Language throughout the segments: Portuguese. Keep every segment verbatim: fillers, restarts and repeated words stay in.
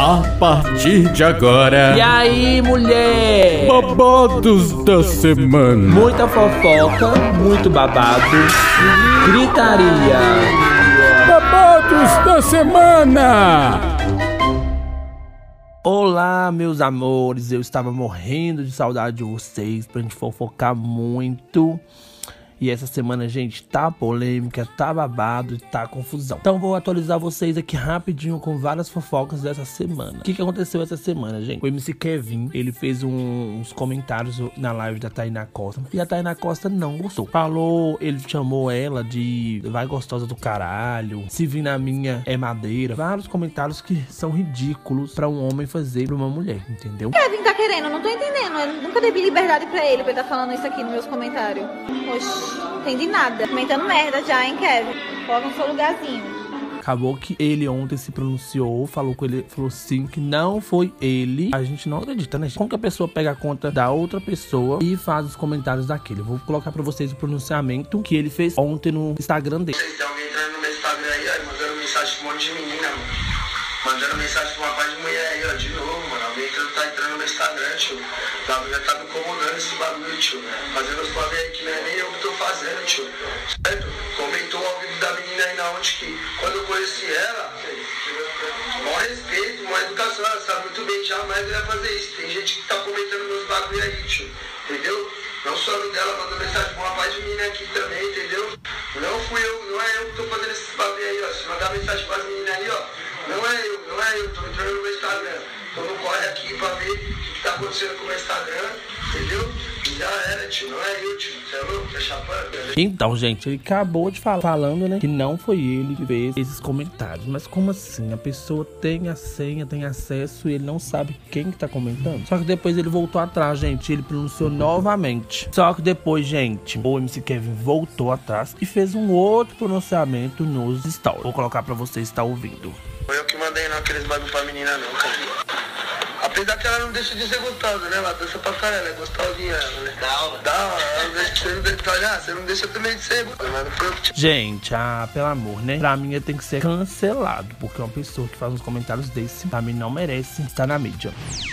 A partir de agora. E aí, mulher? Babados da semana. Muita fofoca, muito babado, gritaria. Babados da semana. Olá, meus amores. Eu estava morrendo de saudade de vocês pra gente fofocar muito. E essa semana, gente, tá polêmica, tá babado, tá confusão. Então vou atualizar vocês aqui rapidinho com várias fofocas dessa semana. O que que aconteceu essa semana, gente? O M C Kevin, ele fez um, uns comentários na live da Tainá Costa. E a Tainá Costa não gostou. Falou, ele chamou ela de vai gostosa do caralho, se vir na minha é madeira. Vários comentários que são ridículos pra um homem fazer pra uma mulher, entendeu? Kevin tá querendo, não tô entendendo. Eu nunca dei liberdade pra ele pra ele tá falando isso aqui nos meus comentários. Oxi. Entendi nada. Comentando merda já, hein, Kevin? Coloca no seu lugarzinho. Acabou que ele ontem se pronunciou, falou com ele, falou sim que não foi ele. A gente não acredita, né? Como que a pessoa pega a conta da outra pessoa e faz os comentários daquele? Eu vou colocar pra vocês o pronunciamento que ele fez ontem no Instagram dele. Vocês tem alguém entrando no meu Instagram aí, ó, mandando mensagem pra um monte de menina, mano. Mandando mensagem pra uma parte de mulher aí, ó, de novo, mano. Alguém que tá entrando no meu Instagram, tio. O bagulho já tá me incomodando esse bagulho, tio. Fazendo os bagulho aí que não é nem eu que tô fazendo, tio. Certo? Comentou ao vivo da menina aí na onde que, quando eu conheci ela, maior respeito, maior educação, ela sabe muito bem, jamais eu ia fazer isso. Tem gente que tá comentando meus bagulho aí, tio. Entendeu? Não só no dela, mandou mensagem pra uma parte de menina aqui também, entendeu? Não fui eu, não é eu que tô fazendo esses bagulho aí, ó. Se mandar mensagem pras meninas aí, ó. Não é eu, não é eu, tô entrando no meu Instagram. Tô no corre aqui pra ver o que tá acontecendo com o meu Instagram, entendeu? Já era, tio, não é eu, tio. Você é louco? Tá chapando? Então, gente, ele acabou de falar, falando, né, que não foi ele que fez esses comentários. Mas como assim? A pessoa tem a senha, tem acesso e ele não sabe quem que tá comentando? Só que depois ele voltou atrás, gente, ele pronunciou novamente. Só que depois, gente, o M C Kevin voltou atrás e fez um outro pronunciamento nos stories. Vou colocar pra vocês estar ouvindo. Foi eu que mandei não aqueles bagulho pra menina não, cara. Apesar que ela não deixa de ser gostosa, né? Ela dança pra caralho, é gostosinha ela, né? Da hora. Da hora, ela não deixa de ser, olha, você não deixa também de ser, mas não foi eu que te... Gente, ah, pelo amor, né? Pra mim ele tem que ser cancelado, porque uma pessoa que faz uns comentários desse, pra mim não merece estar na mídia.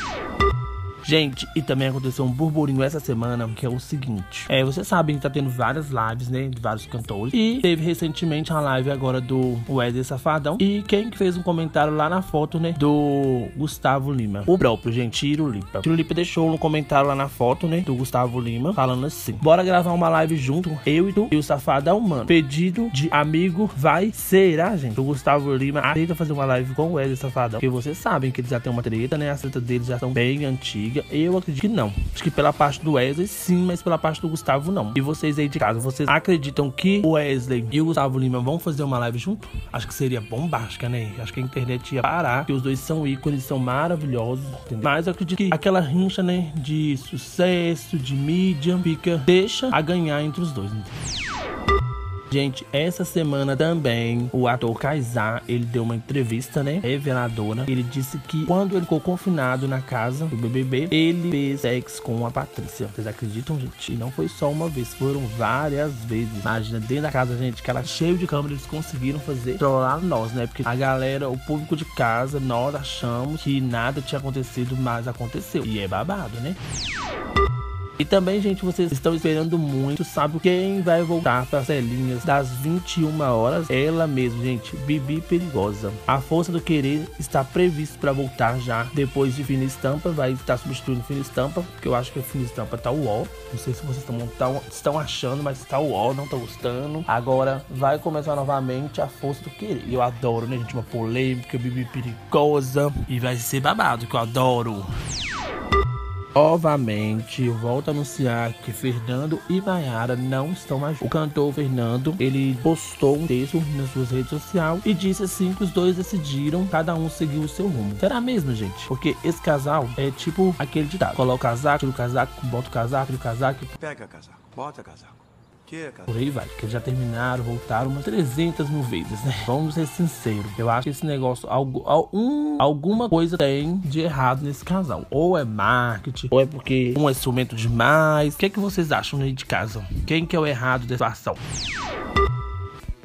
Gente, e também aconteceu um burburinho essa semana, que é o seguinte. É, vocês sabem que tá tendo várias lives, né, de vários cantores. E teve recentemente uma live agora do Wesley Safadão. E quem que fez um comentário lá na foto, né, do Gustavo Lima? O próprio, gente, Tiro Lipa. Tiro Lipa deixou um comentário lá na foto, né, do Gustavo Lima, falando assim: bora gravar uma live junto, eu e tu e o Safadão, mano. Pedido de amigo vai ser, ah, gente. O Gustavo Lima aceita fazer uma live com o Wesley Safadão, porque vocês sabem que eles já têm uma treta, né, as tretas deles já são bem antigas. Eu acredito que não. Acho que pela parte do Wesley sim, mas pela parte do Gustavo não. E vocês aí de casa, vocês acreditam que o Wesley e o Gustavo Lima vão fazer uma live junto? Acho que seria bombástica, né? Acho que a internet ia parar, que os dois são ícones, são maravilhosos, entendeu? Mas eu acredito que aquela rincha, né, de sucesso, de mídia, fica, deixa a ganhar entre os dois, entendeu? Gente, essa semana também o ator Kaysar, ele deu uma entrevista, né, reveladora. Ele disse que quando ele ficou confinado na casa do B B B, ele fez sexo com a Patrícia. Vocês acreditam, gente? E não foi só uma vez, foram várias vezes. Imagina, dentro da casa, gente, que era cheio de câmeras, eles conseguiram fazer, trollar nós, né? Porque a galera, o público de casa, nós achamos que nada tinha acontecido, mas aconteceu. E é babado, né? E também, gente, vocês estão esperando muito, sabe quem vai voltar para as telinhas das vinte e uma horas? Ela mesmo, gente, Bibi Perigosa. A Força do Querer está previsto para voltar já depois de Fina Estampa, vai estar substituindo Fina Estampa, porque eu acho que a Fina Estampa tá uó. Não sei se vocês estão, tão, estão achando, mas tá uó, não tá gostando. Agora vai começar novamente a Força do Querer. E eu adoro, né, gente, uma polêmica, Bibi Perigosa. E vai ser babado, que eu adoro. Novamente, eu volto a anunciar que Fernando e Mayara não estão mais juntos. O cantor Fernando, ele postou um texto nas suas redes sociais e disse assim que os dois decidiram cada um seguir o seu rumo. Será mesmo, gente? Porque esse casal é tipo aquele ditado: coloca o casaco, tira o casaco, bota o casaco, tira o casaco. Pega casaco, bota casaco. Por aí vai, porque eles já terminaram, voltaram umas trezentas mil vezes, né? Vamos ser sinceros, eu acho que esse negócio, algo, algum, alguma coisa tem de errado nesse casal. Ou é marketing, ou é porque um é ciumento demais. O que é que vocês acham aí de casa? Quem que é o errado dessa situação?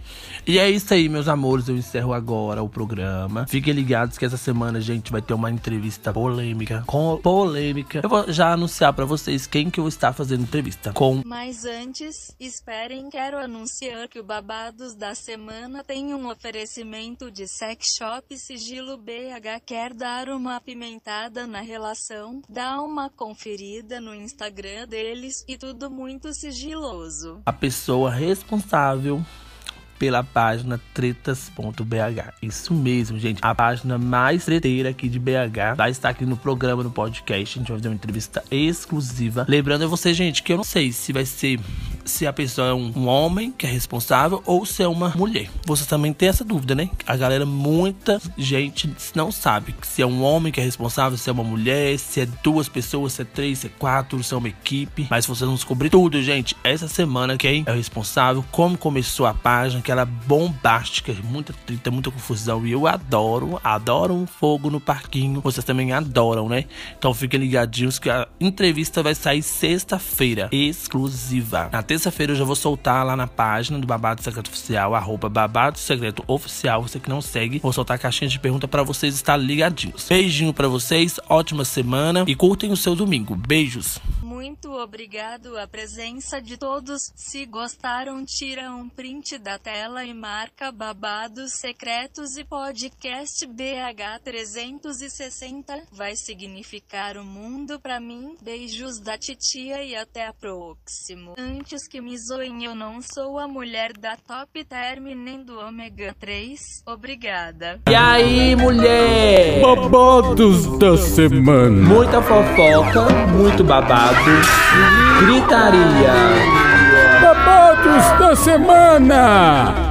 E é isso aí, meus amores. Eu encerro agora o programa. Fiquem ligados que essa semana, gente, vai ter uma entrevista polêmica. Com polêmica. Eu vou já anunciar pra vocês quem que eu vou estar fazendo entrevista com. Mas antes, esperem, quero anunciar que o Babados da Semana tem um oferecimento de Sex Shop Sigilo B H. Quer dar uma apimentada na relação? Dá uma conferida no Instagram deles e tudo muito sigiloso. A pessoa responsável pela página tretas ponto b h. Isso mesmo, gente. A página mais treteira aqui de B H vai estar aqui no programa, no podcast. A gente vai fazer uma entrevista exclusiva. Lembrando a você, gente, que eu não sei se vai ser... se a pessoa é um, um homem que é responsável ou se é uma mulher. Você também tem essa dúvida, né? A galera, muita gente não sabe se é um homem que é responsável, se é uma mulher, se é duas pessoas, se é três, se é quatro, se é uma equipe. Mas vocês vão descobrir tudo, gente. Essa semana, quem é o responsável, como começou a página, aquela bombástica, muita treta, muita confusão. E eu adoro, adoro um fogo no parquinho. Vocês também adoram, né? Então fiquem ligadinhos que a entrevista vai sair sexta-feira, exclusiva. Na terça-feira eu já vou soltar lá na página do Babado Secreto Oficial, arroba Babado Secreto Oficial. Você que não segue, vou soltar a caixinha de pergunta pra vocês estar ligadinhos. Beijinho pra vocês, ótima semana e curtem o seu domingo. Beijos! Muito obrigado a presença de todos. Se gostaram, tira um print da tela e marca Babados Secretos e Podcast B H trezentos e sessenta. Vai significar o mundo pra mim. Beijos da titia e até a próxima. Antes que me zoem, eu não sou a mulher da Top Term nem do ômega três. Obrigada. E aí, mulher? Babados da semana. Muita fofoca, muito babado, gritaria. Babados da semana.